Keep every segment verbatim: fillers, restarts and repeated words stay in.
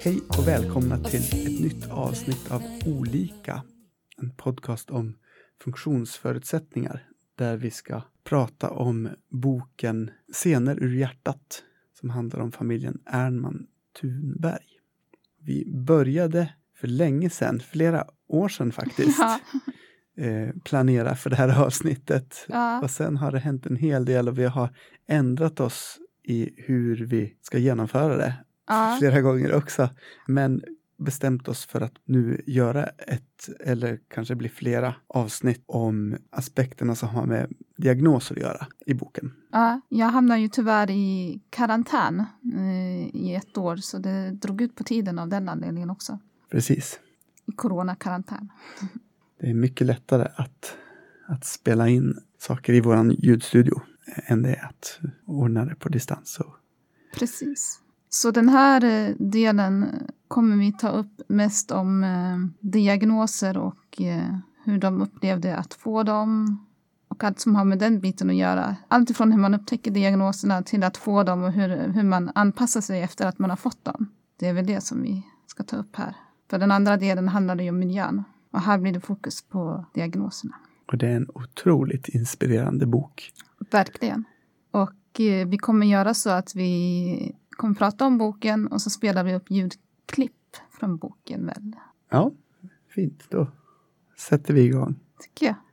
Hej och välkomna till ett nytt avsnitt av Olika. En podcast om funktionsförutsättningar där vi ska prata om boken Scener ur hjärtat som handlar om familjen Ernman Thunberg. Vi började för länge sedan, flera år sedan faktiskt, Ja. eh, planera för det här avsnittet. Ja. Och sen har det hänt en hel del och vi har ändrat oss i hur vi ska genomföra det. Ja. Flera gånger också. Men bestämt oss för att nu göra ett eller kanske bli flera avsnitt om aspekterna som har med diagnoser att göra i boken. Ja, jag hamnade ju tyvärr i karantän eh, i ett år så det drog ut på tiden av den anledningen också. Precis. I coronakarantän. Det är mycket lättare att, att spela in saker i våran ljudstudio än det är att ordna det på distans. Så. Precis. Så den här delen kommer vi ta upp mest om eh, diagnoser och eh, hur de upplevde att få dem. Och allt som har med den biten att göra. Allt ifrån hur man upptäcker diagnoserna till att få dem och hur, hur man anpassar sig efter att man har fått dem. Det är väl det som vi ska ta upp här. För den andra delen handlar ju om miljön. Och här blir det fokus på diagnoserna. Och det är en otroligt inspirerande bok. Verkligen. Och eh, vi kommer göra så att vi kommer prata om boken och så spelar vi upp ljudklipp från boken väl. Ja, fint. Då sätter vi igång. Tycker jag.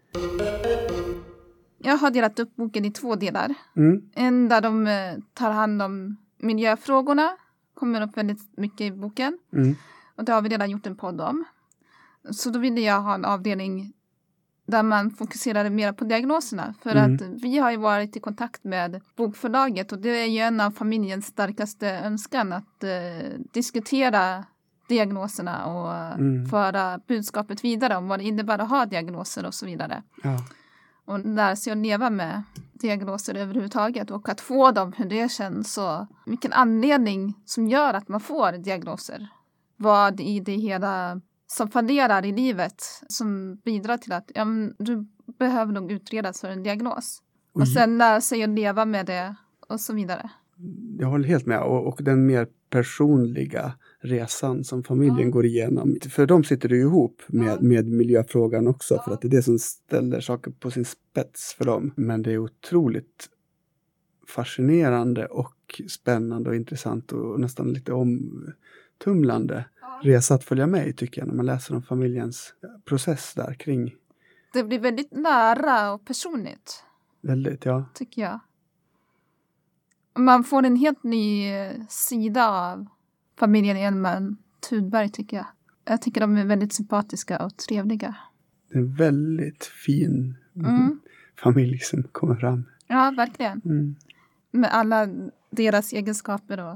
Jag har delat upp boken i två delar. Mm. En där de eh, tar hand om miljöfrågorna. Kommer upp väldigt mycket i boken. Mm. Och det har vi redan gjort en podd om. Så då ville jag ha en avdelning där man fokuserade mer på diagnoserna. För Mm. att vi har ju varit i kontakt med bokförlaget. Och det är ju en av familjens starkaste önskan att eh, diskutera diagnoserna. Och Mm. föra budskapet vidare om vad det innebär att ha diagnoser och så vidare. Ja. Och lära sig att leva med diagnoser överhuvudtaget. Och att få dem, hur det känns. Och vilken anledning som gör att man får diagnoser. Vad i det hela som fallerar i livet som bidrar till att ja, men du behöver nog utredas för en diagnos. Oj. Och sen lära sig att leva med det och så vidare. Jag håller helt med. Och, och den mer personliga resan som familjen Ja. går igenom. För de sitter du ihop med, Ja. med miljöfrågan också. Ja. För att det är det som ställer saker på sin spets för dem. Men det är otroligt fascinerande och spännande och intressant och nästan lite omtumlande resa att följa med i, tycker jag, när man läser om familjens process där kring. Det blir väldigt nära och personligt, Väldigt, ja. tycker jag. Man får en helt ny sida av familjen Ernman Thunberg, tycker jag. Jag tycker de är väldigt sympatiska och trevliga. Det är en väldigt fin Mm. familj som kommer fram. Ja, verkligen. Mm. Med alla deras egenskaper och,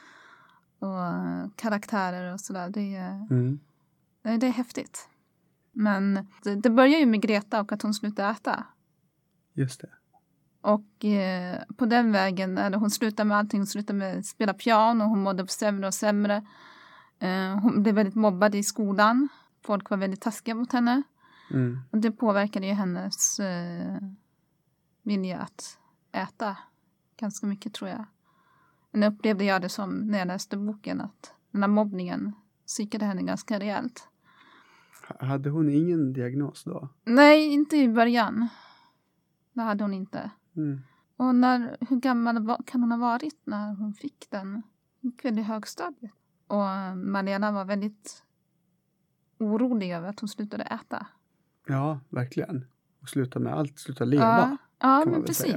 och karaktärer och sådär. Det är, Mm. det är häftigt. Men det, det börjar ju med Greta och att hon slutar äta. Just det. Och eh, på den vägen, eller hon slutar med allting. Hon slutar med att spela piano. Hon mådde sämre och sämre. Eh, hon blev väldigt mobbad i skolan. Folk var väldigt taskiga mot henne. Mm. Och det påverkade ju hennes eh, vilja att äta ganska mycket, tror jag. Men jag upplevde jag det som när jag läste boken att den här mobbningen psykade henne ganska rejält. H- Hade hon ingen diagnos då? Nej, inte i början. Det hade hon inte. Mm. Och när, hur gammal var, kan hon ha varit när hon fick den? Hon gick väl i högstadiet. Och eh, Malena var väldigt orolig över att hon slutade äta. Ja, verkligen. Och sluta med allt, sluta leva. Ja, ja kan man men väl precis. säga.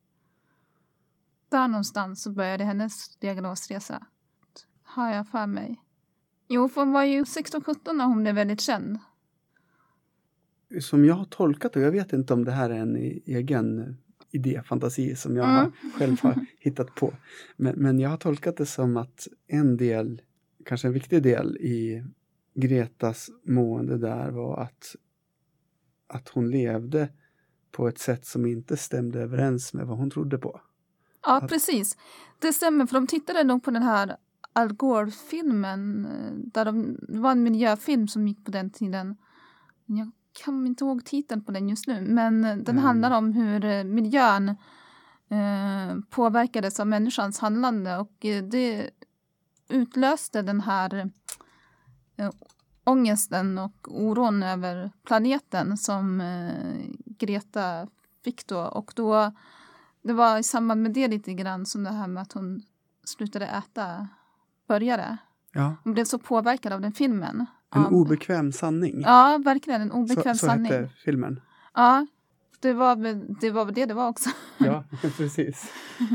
Där någonstans så började hennes diagnosresa. Har jag för mig. Jo, för hon var ju sexton sjutton när hon blev väldigt känd. Som jag har tolkat det, jag vet inte om det här är en e- egen idé, fantasi som jag Mm. har, själv har hittat på. Men, men jag har tolkat det som att en del, kanske en viktig del i Gretas mående där var att, att hon levde på ett sätt som inte stämde överens med vad hon trodde på. Ja, Att- precis. Det stämmer, för de tittade nog på den här Al Gore-filmen. eh, Där de, det var en miljöfilm som gick på den tiden. Jag kan inte ihåg titeln på den just nu. Men eh, den Mm. handlar om hur eh, miljön eh, påverkades av människans handlande. Och eh, det utlöste den här äh, ångesten och oron över planeten som äh, Greta fick då. Och då, det var i samband med det lite grann som det här med att hon slutade äta började. Ja. Hon blev så påverkad av den filmen. En av, obekväm sanning. Ja, verkligen en obekväm så, så sanning. hette filmen. Ja, det var, det var väl det det var också. Ja, precis.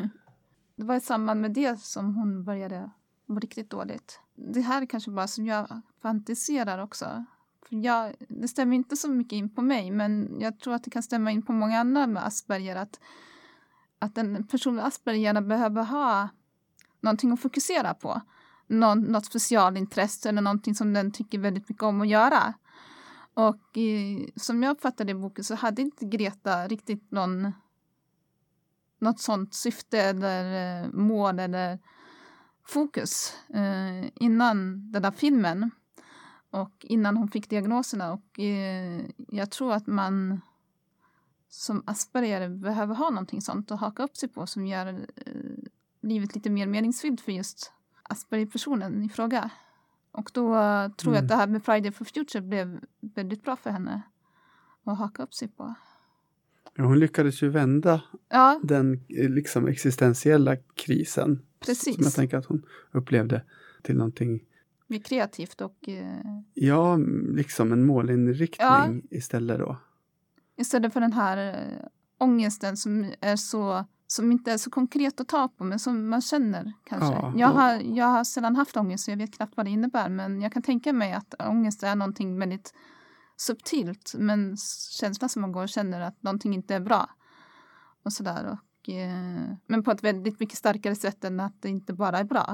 Det var i samband med det som hon började må riktigt dåligt. Det här är kanske bara som jag fantiserar också. För jag, det stämmer inte så mycket in på mig, men jag tror att det kan stämma in på många andra med Asperger. Att, att en person med Asperger gärna behöver ha någonting att fokusera på. Någon, något specialintresse eller någonting som den tycker väldigt mycket om att göra. Och eh, som jag uppfattade i boken så hade inte Greta riktigt någon, något sånt syfte eller eh, mål eller fokus eh, innan den där filmen. Och innan hon fick diagnoserna. Och eh, jag tror att man som Asperger behöver ha någonting sånt att haka upp sig på som gör eh, livet lite mer meningsfyllt för just Asperger-personen i fråga. Och då uh, tror mm. jag att det här med Friday for Future blev väldigt bra för henne att haka upp sig på. Ja, hon lyckades ju vända ja. den liksom existentiella krisen. Precis. Som jag tänker att hon upplevde till någonting mer kreativt och... Uh... Ja, liksom en målinriktning ja. istället då. Istället för den här uh, ångesten som är så... som inte är så konkret att ta på, men som man känner kanske. Ja, jag, har, jag har sällan haft ångest så jag vet knappt vad det innebär. Men jag kan tänka mig att ångest är någonting väldigt subtilt. Men känslan som man går och känner att någonting inte är bra. Och sådär. Och, eh, men på ett väldigt mycket starkare sätt än att det inte bara är bra.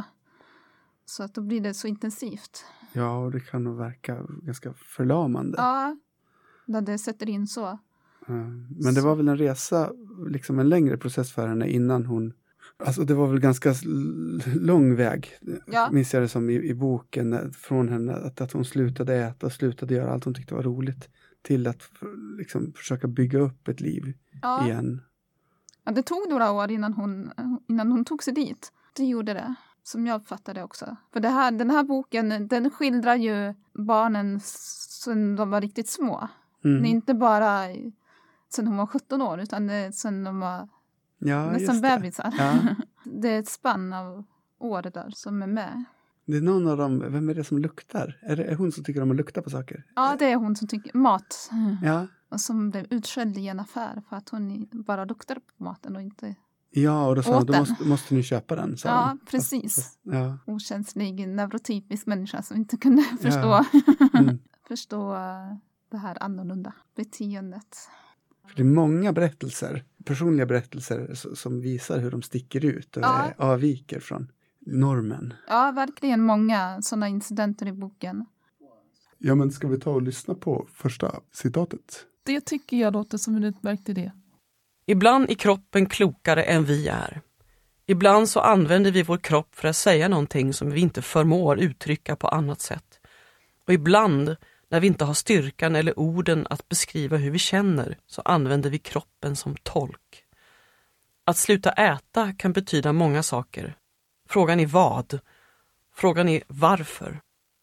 Så att då blir det så intensivt. Ja, och det kan nog verka ganska förlamande. Ja, när det sätter in så. Men det var väl en resa, liksom en längre process för henne innan hon... Alltså det var väl ganska lång väg, ja. minns jag det som i, i boken, från henne att, att hon slutade äta, slutade göra allt hon tyckte var roligt, till att liksom försöka bygga upp ett liv ja. igen. Ja, det tog några år innan hon, innan hon tog sig dit. Det gjorde det, som jag uppfattade också. För det här, den här boken, den skildrar ju barnen sen de var riktigt små. Mm. Det är inte bara... sen hon var sjutton år, utan det, sen de var ja, nästan bebisar. Ja. Det är ett spann av år där som är med. Det är någon av dem, vem är det som luktar? Är det är hon som tycker om att lukta på saker? Ja, det är hon som tycker mat. Ja. Och som blev utskälld i en affär för att hon bara luktade på maten och inte ja, och då sa hon, då måste, måste ni köpa den. Sa ja, hon. precis. Fast, ja. Okänslig, neurotypisk människa som inte kunde förstå, ja. mm. förstå det här annorlunda beteendet. För det är många berättelser, personliga berättelser som visar hur de sticker ut och ja. avviker från normen. Ja, verkligen många sådana incidenter i boken. Ja, men ska vi ta och lyssna på första citatet? Det tycker jag låter som en utmärkt idé. Ibland är kroppen klokare än vi är. Ibland så använder vi vår kropp för att säga någonting som vi inte förmår uttrycka på annat sätt. Och ibland, när vi inte har styrkan eller orden att beskriva hur vi känner, så använder vi kroppen som tolk. Att sluta äta kan betyda många saker. Frågan är vad? Frågan är varför?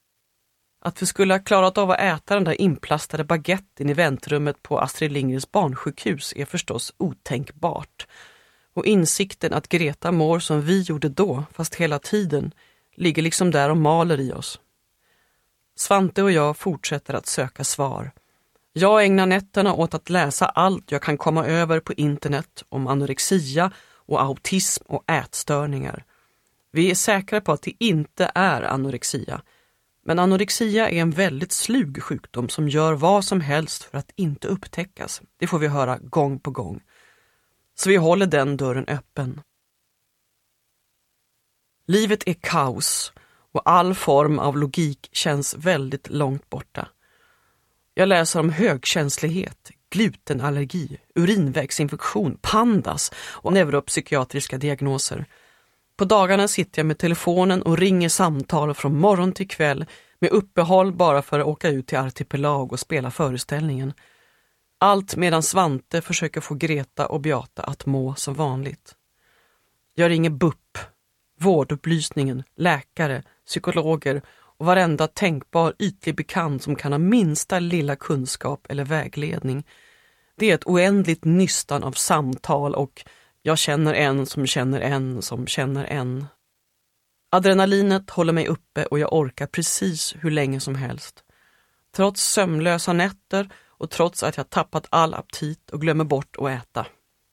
Att vi skulle ha klarat av att äta den där inplastade baguetten i väntrummet på Astrid Lindgrens barnsjukhus är förstås otänkbart. Och insikten att Greta mår som vi gjorde då, fast hela tiden, ligger liksom där och maler i oss. Svante och jag fortsätter att söka svar. Jag ägnar nätterna åt att läsa allt jag kan komma över på internet om anorexia och autism och ätstörningar. Vi är säkra på att det inte är anorexia. Men anorexia är en väldigt slug sjukdom som gör vad som helst för att inte upptäckas. Det får vi höra gång på gång. Så vi håller den dörren öppen. Livet är kaos och all form av logik känns väldigt långt borta. Jag läser om högkänslighet, glutenallergi, urinvägsinfektion, pandas och neuropsykiatriska diagnoser. På dagarna sitter jag med telefonen och ringer samtal från morgon till kväll med uppehåll bara för att åka ut till Artipelag och spela föreställningen. Allt medan Svante försöker få Greta och Beata att må som vanligt. Jag ringer B U P, vårdupplysningen, läkare, psykologer och varenda tänkbar ytlig bekant som kan ha minsta lilla kunskap eller vägledning. Det är ett oändligt nystan av samtal och jag känner en som känner en som känner en. Adrenalinet håller mig uppe och jag orkar precis hur länge som helst. Trots sömnlösa nätter och trots att jag tappat all aptit och glömmer bort att äta.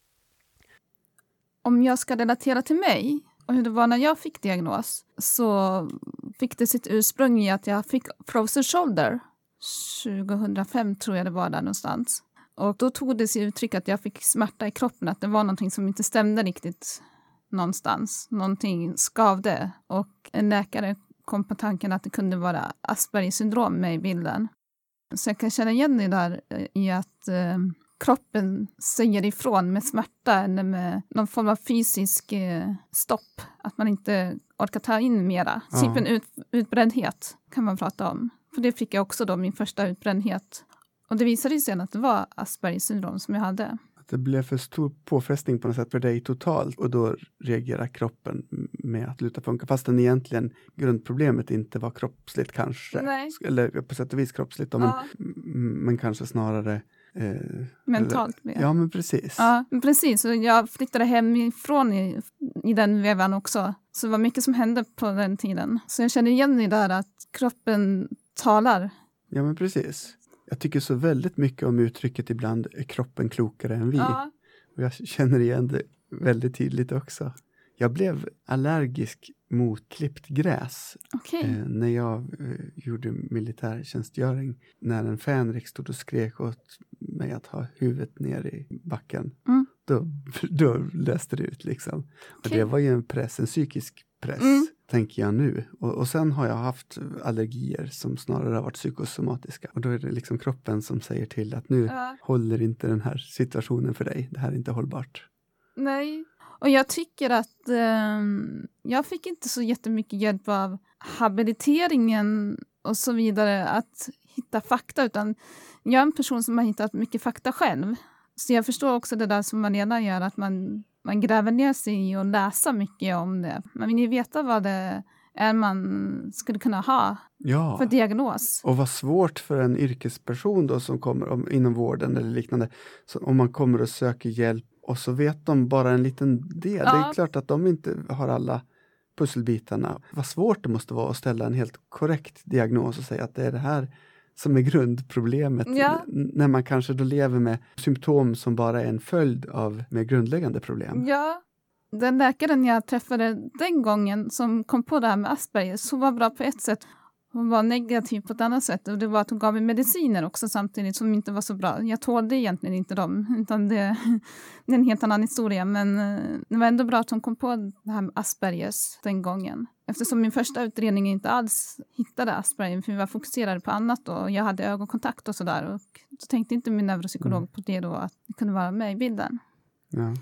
Om jag ska relatera till mig och hur det var när jag fick diagnos, så fick det sitt ursprung i att jag fick frozen shoulder tjugohundrafem, tror jag det var där någonstans. Och då tog det sig uttryck att jag fick smärta i kroppen, att det var någonting som inte stämde riktigt någonstans. Någonting skavde och en läkare kom på tanken att det kunde vara Aspergers syndrom med i bilden. Så jag kan känna igen det där i att eh, kroppen säger ifrån med smärta eller med någon form av fysisk eh, stopp. Att man inte orkar ta in mera. Ja. Typ en ut, utbrändhet kan man prata om. För det fick jag också då, min första utbrändhet. Och det visade sig sen att det var Aspergers syndrom som jag hade. Att det blev för stor påfrestning på något sätt för dig totalt och då reagerar kroppen med att luta funka. Fast den egentligen grundproblemet inte var kroppsligt kanske. Nej. Eller på sätt och vis kroppsligt då, men, Ja. men kanske snarare... Eh, Mentalt. eller, ja, men precis. Ja, precis. Och jag flyttade hemifrån i, i den vevan också. Så det var mycket som hände på den tiden. Så jag känner igen det där att kroppen talar. Ja, men precis. Jag tycker så väldigt mycket om uttrycket ibland är kroppen klokare än vi. Ja. Och jag känner igen det väldigt tydligt också. Jag blev allergisk mot klippt gräs Okej. eh, när jag eh, gjorde militärtjänstgöring. När en fänrik stod och skrek åt mig att ha huvudet ner i backen. Mm. Då, då löste det ut liksom. Och Okej. det var ju en press, en psykisk press, Mm. tänker jag nu. Och, och sen har jag haft allergier som snarare har varit psykosomatiska. Och då är det liksom kroppen som säger till att nu Ja. håller inte den här situationen för dig. Det här är inte hållbart. Nej. Och jag tycker att eh, jag fick inte så jättemycket hjälp av habiliteringen och så vidare att hitta fakta, utan jag är en person som har hittat mycket fakta själv. Så jag förstår också det där som Malena gör, att man, man gräver ner sig i och läser mycket om det. Man vill ju veta vad det är man skulle kunna ha Ja. för diagnos. Och vad svårt för en yrkesperson då som kommer om, inom vården eller liknande. Så om man kommer och söker hjälp och så vet de bara en liten del. Ja. Det är klart att de inte har alla pusselbitarna. Vad svårt det måste vara att ställa en helt korrekt diagnos och säga att det är det här som är grundproblemet. Ja. N- när man kanske då lever med symptom som bara är en följd av mer grundläggande problem. Ja, den läkaren jag träffade den gången som kom på det här med Asperger, så var bra på ett sätt. Hon var negativ på ett annat sätt, och det var att hon gav mig mediciner också samtidigt som inte var så bra. Jag tålde egentligen inte dem, utan det, det är en helt annan historia. Men det var ändå bra att hon kom på det här med Aspergers den gången. Eftersom min första utredning inte alls hittade Asperger, för vi var fokuserade på annat då. Jag hade ögonkontakt och sådär, och då tänkte inte min neuropsykolog Mm. på det då, att det kunde vara med i bilden. Ja.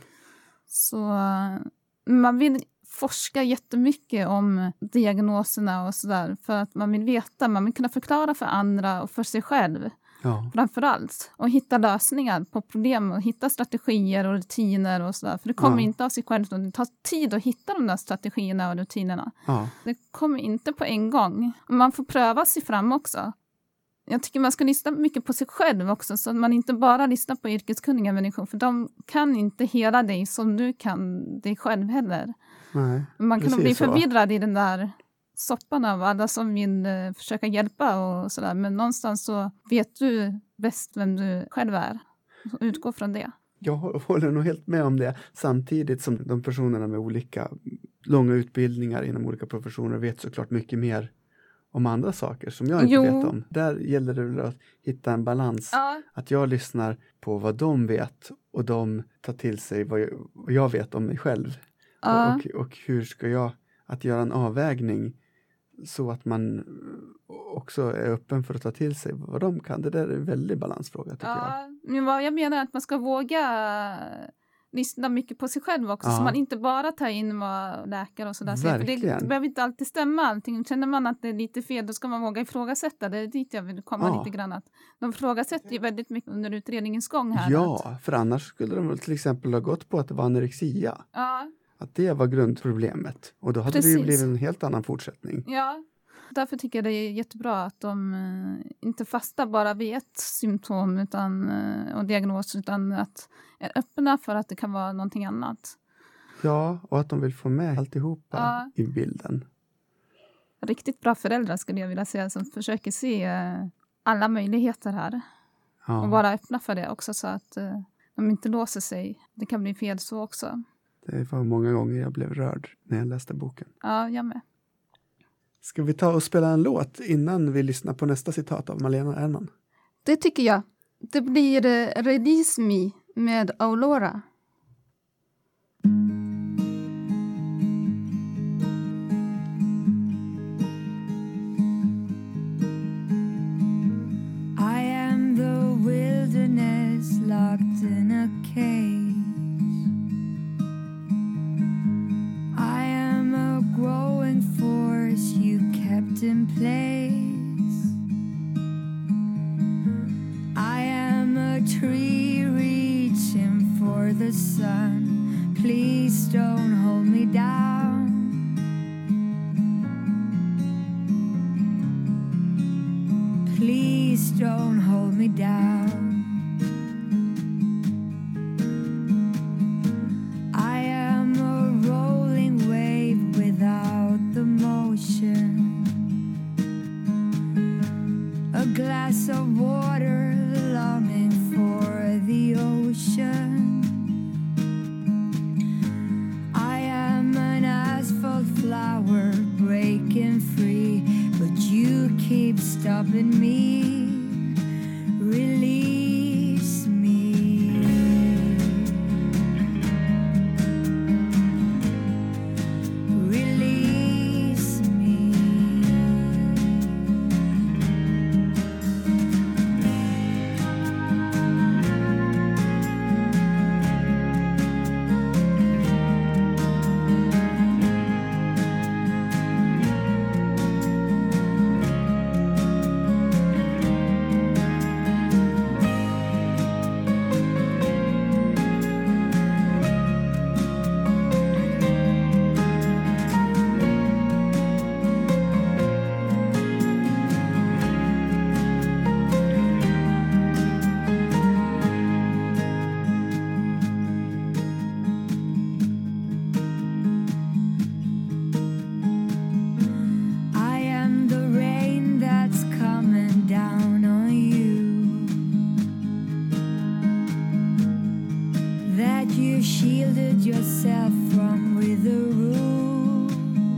Så man vill forska jättemycket om diagnoserna och sådär, för att man vill veta, man vill kunna förklara för andra och för sig själv Ja. framförallt, och hitta lösningar på problem och hitta strategier och rutiner och sådär, för det kommer Ja. inte av sig självt, och det tar tid att hitta de där strategierna och rutinerna. Ja. Det kommer inte på en gång, och man får pröva sig fram också. Jag tycker man ska lyssna mycket på sig själv också, så att man inte bara lyssnar på yrkeskunniga människor, för de kan inte hela dig som du kan dig själv heller. Nej. Man kan nog Precis bli så. förvirrad i den där soppan av alla som vill eh, försöka hjälpa och sådär, men någonstans så vet du bäst vem du själv är. Så utgå från det. Jag håller nog helt med om det, samtidigt som de personerna med olika långa utbildningar inom olika professioner vet såklart mycket mer om andra saker som jag inte Jo. vet om. Där gäller det väl att hitta en balans. Ja, Att jag lyssnar på vad de vet och de tar till sig vad jag, vad jag vet om mig själv. ja. Och, och hur ska jag, att göra en avvägning så att man också är öppen för att ta till sig vad de kan. Det där är en väldig balansfråga tycker jag. ja. Men vad jag menar är att man ska våga lyssna mycket på sig själv också, Ja. så man inte bara tar in vad läkare och sådär säger. För det, Verkligen. det behöver inte alltid stämma allting. Känner man att det är lite fel, då ska man våga ifrågasätta. Det är dit jag vill komma Ja. lite grann. Att de ifrågasätter ju väldigt mycket under utredningens gång här. Att, Ja, för annars skulle de väl till exempel ha gått på att det var anorexia. ja, Att det var grundproblemet. Och då hade Precis. det ju blivit en helt annan fortsättning. Ja, därför tycker jag det är jättebra att de eh, inte fastnar bara vid ett symptom utan, eh, och diagnos, utan att är öppna för att det kan vara någonting annat. Ja, och att de vill få med alltihopa Ja. i bilden. Riktigt bra föräldrar skulle jag vilja säga, som försöker se eh, alla möjligheter här. Ja. Och vara öppna för det också, så att eh, de inte låser sig. Det kan bli fel så också. Det var många gånger jag blev rörd när jag läste boken. Ja, jag med. Ska vi ta och spela en låt innan vi lyssnar på nästa citat av Malena Ernman? Det tycker jag. Det blir eh, Release Me med Aurora. I am the wilderness locked in a cage. I am a growing force you kept in place. I am a tree reaching for the sun. Please don't hold me down. Please don't hold me down. I am a rolling wave without the motion. A glass of water longing for the ocean. I am an asphalt flower breaking free, but you keep stopping me. Release me. Release me. I am the rain that's coming down on you, that you shielded yourself from with a roof.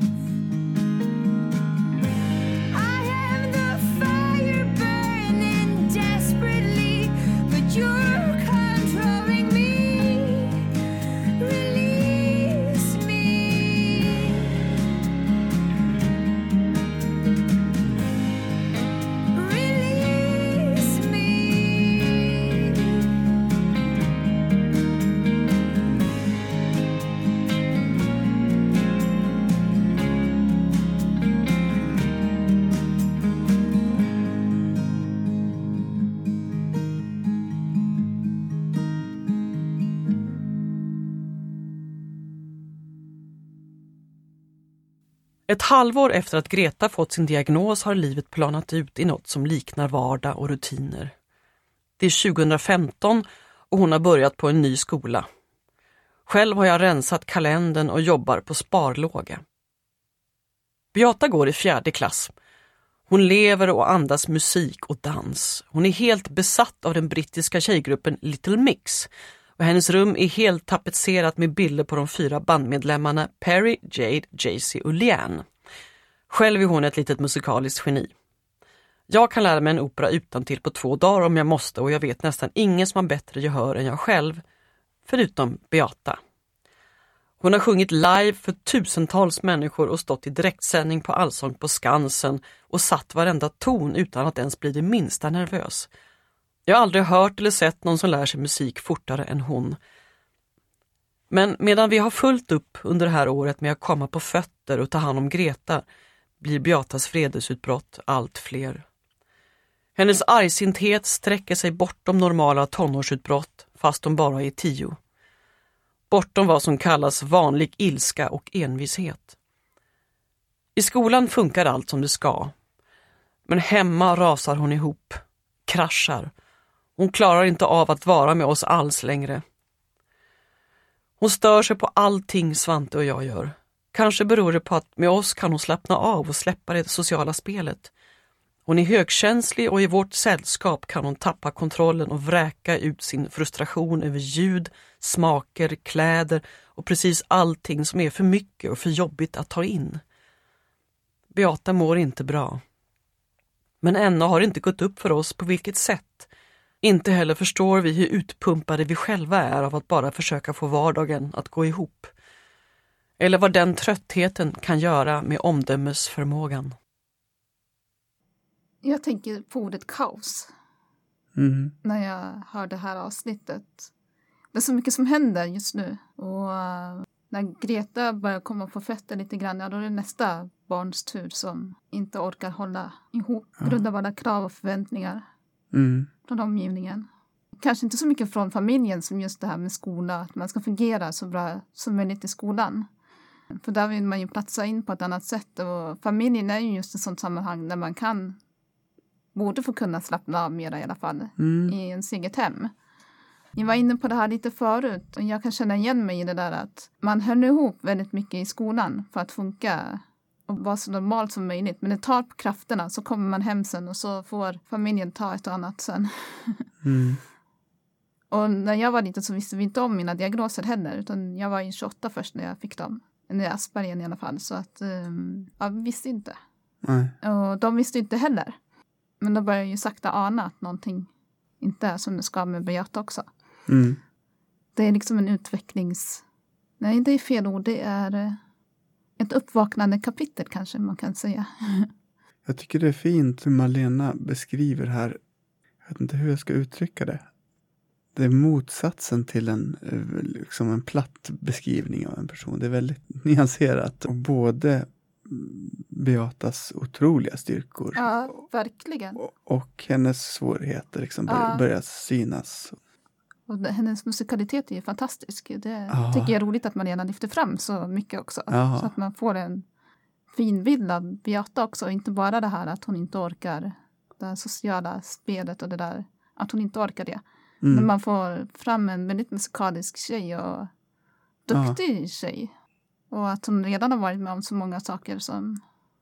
I am the fire burning desperately, but you're controlling me. Release me. Release me. Ett halvår efter att Greta fått sin diagnos har livet planat ut i något som liknar vardag och rutiner. Det är tjugohundrafemton och hon har börjat på en ny skola. Själv har jag rensat kalendern och jobbar på sparlåga. Beata går i fjärde klass. Hon lever och andas musik och dans. Hon är helt besatt av den brittiska tjejgruppen Little Mix. Och hennes rum är helt tapetserat med bilder på de fyra bandmedlemmarna Perry, Jade, Jaycee och Leanne. Själv är hon ett litet musikaliskt geni. Jag kan lära mig en opera utantill på två dagar om jag måste, och jag vet nästan ingen som har bättre gehör än jag själv, förutom Beata. Hon har sjungit live för tusentals människor och stått i direktsändning på Allsång på Skansen och satt varenda ton utan att ens bli det minsta nervös. Jag har aldrig hört eller sett någon som lär sig musik fortare än hon. Men medan vi har fullt upp under det här året med att komma på fötter och ta hand om Greta blir Beatas vredesutbrott allt fler. Hennes argsinthet sträcker sig bortom normala tonårsutbrott fast hon bara är tio. bortom vad som kallas vanlig ilska och envishet. I skolan funkar allt som det ska. Men hemma rasar hon ihop, kraschar. Hon klarar inte av att vara med oss alls längre. Hon stör sig på allting Svante och jag gör. Kanske beror det på att med oss kan hon slappna av och släppa det sociala spelet. Hon är högkänslig och i vårt sällskap kan hon tappa kontrollen och vräka ut sin frustration över ljud, smaker, kläder och precis allting som är för mycket och för jobbigt att ta in. Beata mår inte bra. Men ännu har det inte gått upp för oss på vilket sätt. Inte heller förstår vi hur utpumpade vi själva är av att bara försöka få vardagen att gå ihop. Eller vad den tröttheten kan göra med omdömesförmågan. Jag tänker på ordet kaos Mm. när jag hör det här avsnittet. Det är så mycket som händer just nu. Och uh, när Greta börjar komma på fötter lite grann, ja, då är det nästa barns tur som inte orkar hålla ihop. Ja. Grunda alla krav och förväntningar Mm. från omgivningen. Kanske inte så mycket från familjen som just det här med skola. Att man ska fungera så bra som möjligt i skolan. För där vill man ju platsa in på ett annat sätt. Och familjen är ju just ett sånt sammanhang där man kan borde få kunna slappna av mer i alla fall. Mm. I ens eget hem. Ni var inne på det här lite förut. Och jag kan känna igen mig i det där att man höll ihop väldigt mycket i skolan för att funka och vara så normalt som möjligt. Men det tar på krafterna, så kommer man hem sen och så får familjen ta ett och annat sen. Mm. Och när jag var liten så visste vi inte om mina diagnoser heller. Utan jag var ju tjugoåtta först när jag fick dem. Eller Asperger i alla fall. Så att um, ja, vi visste inte. Nej. Och de visste inte heller. Men då började jag ju sakta ana att någonting inte är som det ska med Beata också. Mm. Det är liksom en utvecklings... Nej, det är fel ord. Det är eh, ett uppvaknande kapitel kanske man kan säga. Jag tycker det är fint hur Malena beskriver här. Jag vet inte hur jag ska uttrycka det. Det är motsatsen till en, eh, liksom en platt beskrivning av en person. Det är väldigt nyanserat. Och både Beatas otroliga styrkor Ja, verkligen. och, och hennes svårigheter liksom bör, Ja. börjar synas. Och det, hennes musikalitet är ju fantastisk. Det Ja. tycker jag är roligt att man redan lyfter fram så mycket också. Ja. Så att man får en fin bild av Beata också. Inte bara det här att hon inte orkar det här sociala spelet och det där. Att hon inte orkar det. Mm. Men man får fram en väldigt musikalisk tjej och duktig tjej. Och att hon redan har varit med om så många saker som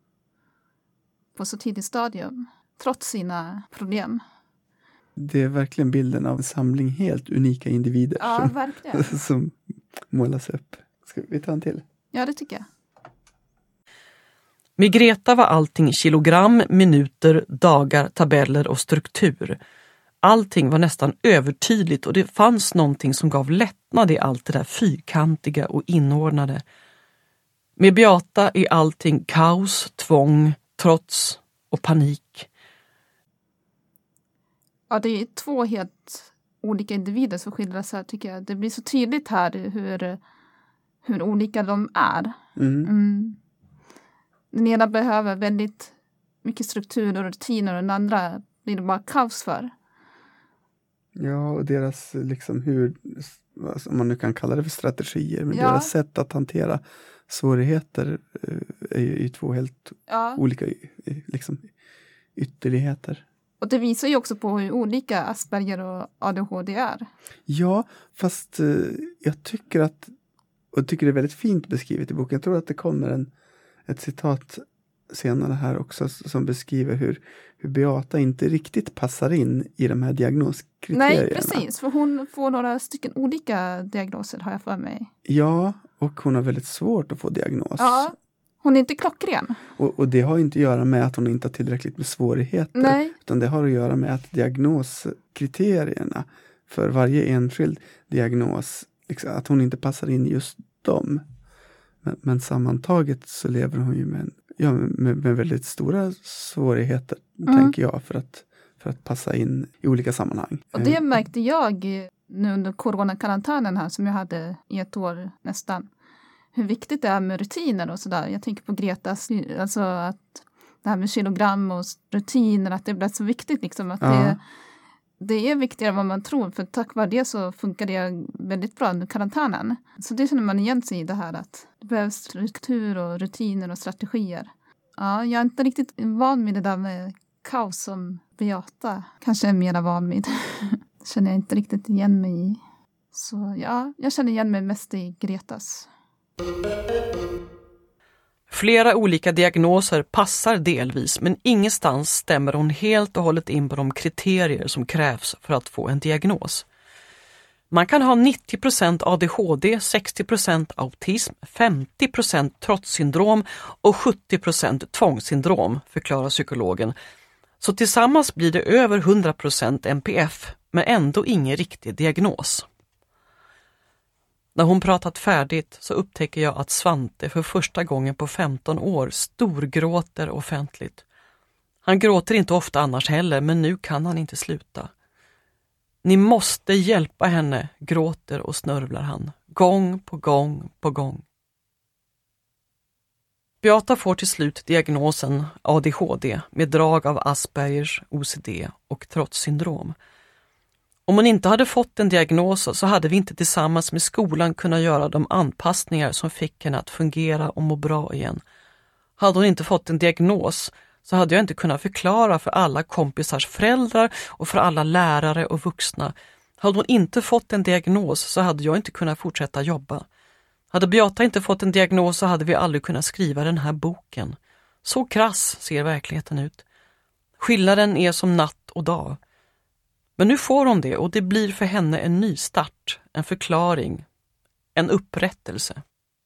på så tidigt stadium. Trots sina problem. Det är verkligen bilden av en samling helt unika individer Ja, som, verkligen. som målas upp. Ska vi ta en till? Ja, det tycker jag. Med Greta var allting kilogram, minuter, dagar, tabeller och struktur. Allting var nästan övertydligt och det fanns någonting som gav lättnad i allt det där fyrkantiga och inordnade. Med Beata är allting kaos, tvång, trots och panik. Ja, det är två helt olika individer som skildras här tycker jag. Det blir så tydligt här hur, hur olika de är. Mm. Mm. Den ena behöver väldigt mycket struktur och rutiner och den andra blir det bara kaos för. Ja, och deras liksom hur, om man nu kan kalla det för strategier, men Ja. deras sätt att hantera svårigheter eh, är ju i två helt Ja. olika eh, liksom, ytterligheter. Och det visar ju också på hur olika Asperger och A D H D är. Ja, fast eh, jag tycker att, och jag tycker det är väldigt fint beskrivet i boken. Jag tror att det kommer en, ett citat senare här också som beskriver hur, hur Beata inte riktigt passar in i de här diagnoskriterierna. Nej, precis. För hon får några stycken olika diagnoser har jag för mig. Ja, och hon har väldigt svårt att få diagnos. Ja, hon är inte klockren. Och, och det har inte att göra med att hon inte har tillräckligt med svårigheter. Nej. Utan det har att göra med att diagnoskriterierna för varje enskild diagnos, liksom, att hon inte passar in i just dem. Men, men sammantaget så lever hon ju med, en, ja, med, med väldigt stora svårigheter, Mm. tänker jag, för att, för att passa in i olika sammanhang. Och det märkte jag nu under coronakarantänen här som jag hade i ett år nästan. Hur viktigt det är med rutiner och sådär. Jag tänker på Gretas, alltså att det här med kilogram och rutiner, att det blir så viktigt liksom. Att Ja. det, det är viktigare än vad man tror, för tack vare det så funkar det väldigt bra under karantänen. Så det känner man igen sig i det här att det behövs struktur och rutiner och strategier. Ja, jag är inte riktigt van vid det där med kaos som Beata kanske är mer van vid. Det känner jag inte riktigt igen mig i. Så ja, jag känner igen mig mest i Gretas. Flera olika diagnoser passar delvis, men ingenstans stämmer hon helt och hållet in på de kriterier som krävs för att få en diagnos. Man kan ha nittio procent A D H D, sextio procent autism, femtio procent trotssyndrom och sjuttio procent tvångssyndrom, förklarar psykologen. Så tillsammans blir det över hundra procent N P F, men ändå ingen riktig diagnos. När hon pratat färdigt så upptäcker jag att Svante för första gången på femton år storgråter offentligt. Han gråter inte ofta annars heller, men nu kan han inte sluta. Ni måste hjälpa henne, gråter och snörvlar han, gång på gång på gång. Beata får till slut diagnosen A D H D med drag av Aspergers, O C D och trotssyndrom. Om hon inte hade fått en diagnos så hade vi inte tillsammans med skolan kunnat göra de anpassningar som fick henne att fungera och må bra igen. Hade hon inte fått en diagnos så hade jag inte kunnat förklara för alla kompisars föräldrar och för alla lärare och vuxna. Hade hon inte fått en diagnos så hade jag inte kunnat fortsätta jobba. Hade Beata inte fått en diagnos så hade vi aldrig kunnat skriva den här boken. Så krass ser verkligheten ut. Skillnaden är som natt och dag. Men nu får hon det och det blir för henne en ny start, en förklaring, en upprättelse.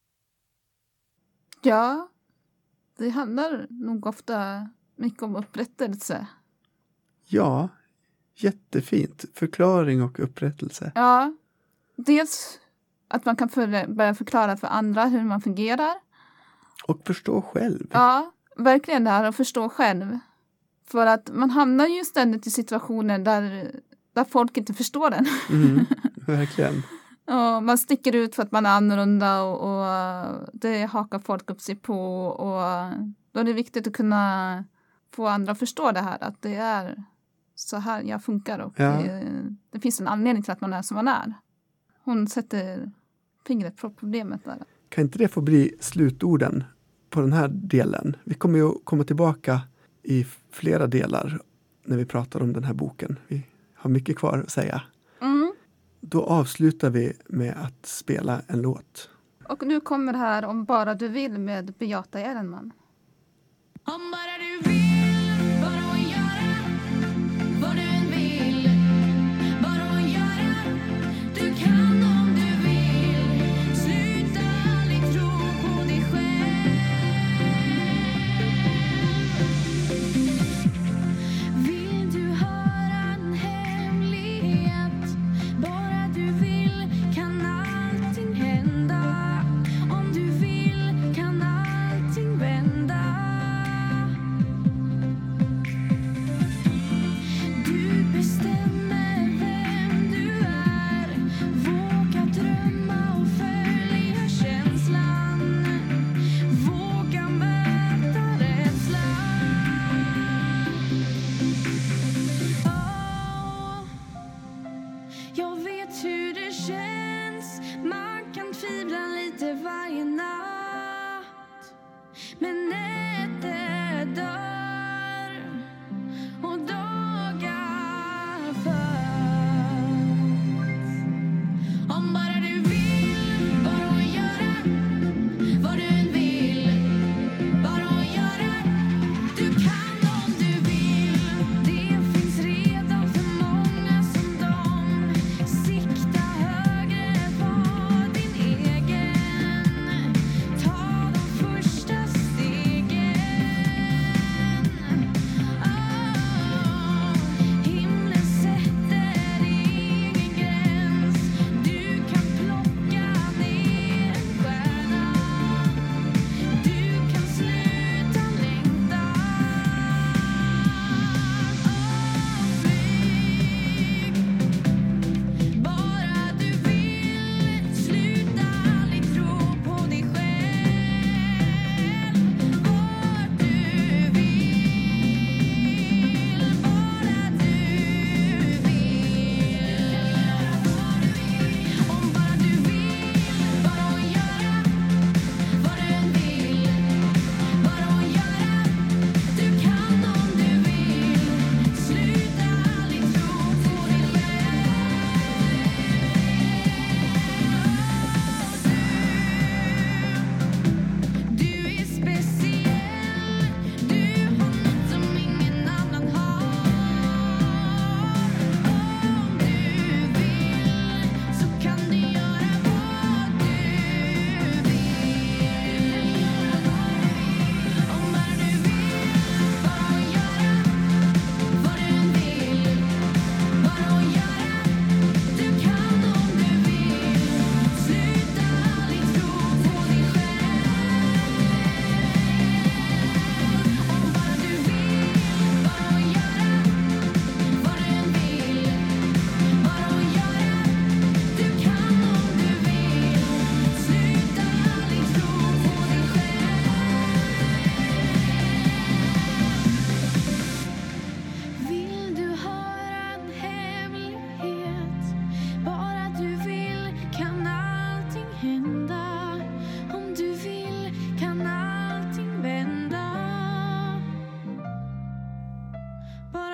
Ja, det handlar nog ofta mycket om upprättelse. Ja, jättefint. Förklaring och upprättelse. Ja, dels att man kan för, börja förklara för andra hur man fungerar. Och förstå själv. Ja, verkligen det här att förstå själv. För att man hamnar ju ständigt i situationer där, där folk inte förstår den. Mm, verkligen. Och man sticker ut för att man är annorlunda och, och det hakar folk upp sig på. Och då är det viktigt att kunna få andra att förstå det här. Att det är så här jag funkar och ja. det, det finns en anledning till att man är som man är. Hon sätter fingret på problemet där. Kan inte det få bli slutorden på den här delen? Vi kommer ju komma tillbaka i flera delar när vi pratar om den här boken. Vi har mycket kvar att säga. Mm. Då avslutar vi med att spela en låt. Och nu kommer det här Om bara du vill med Beata Ehrenman. Om bara du vill, bara att göra vad du än vill. Bara att göra, du kan om du vill. Sluta aldrig tro på dig själv. Vill du höra en hemlighet? Bara du vill kan allting hända. Om du vill kan allting vända.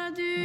bara du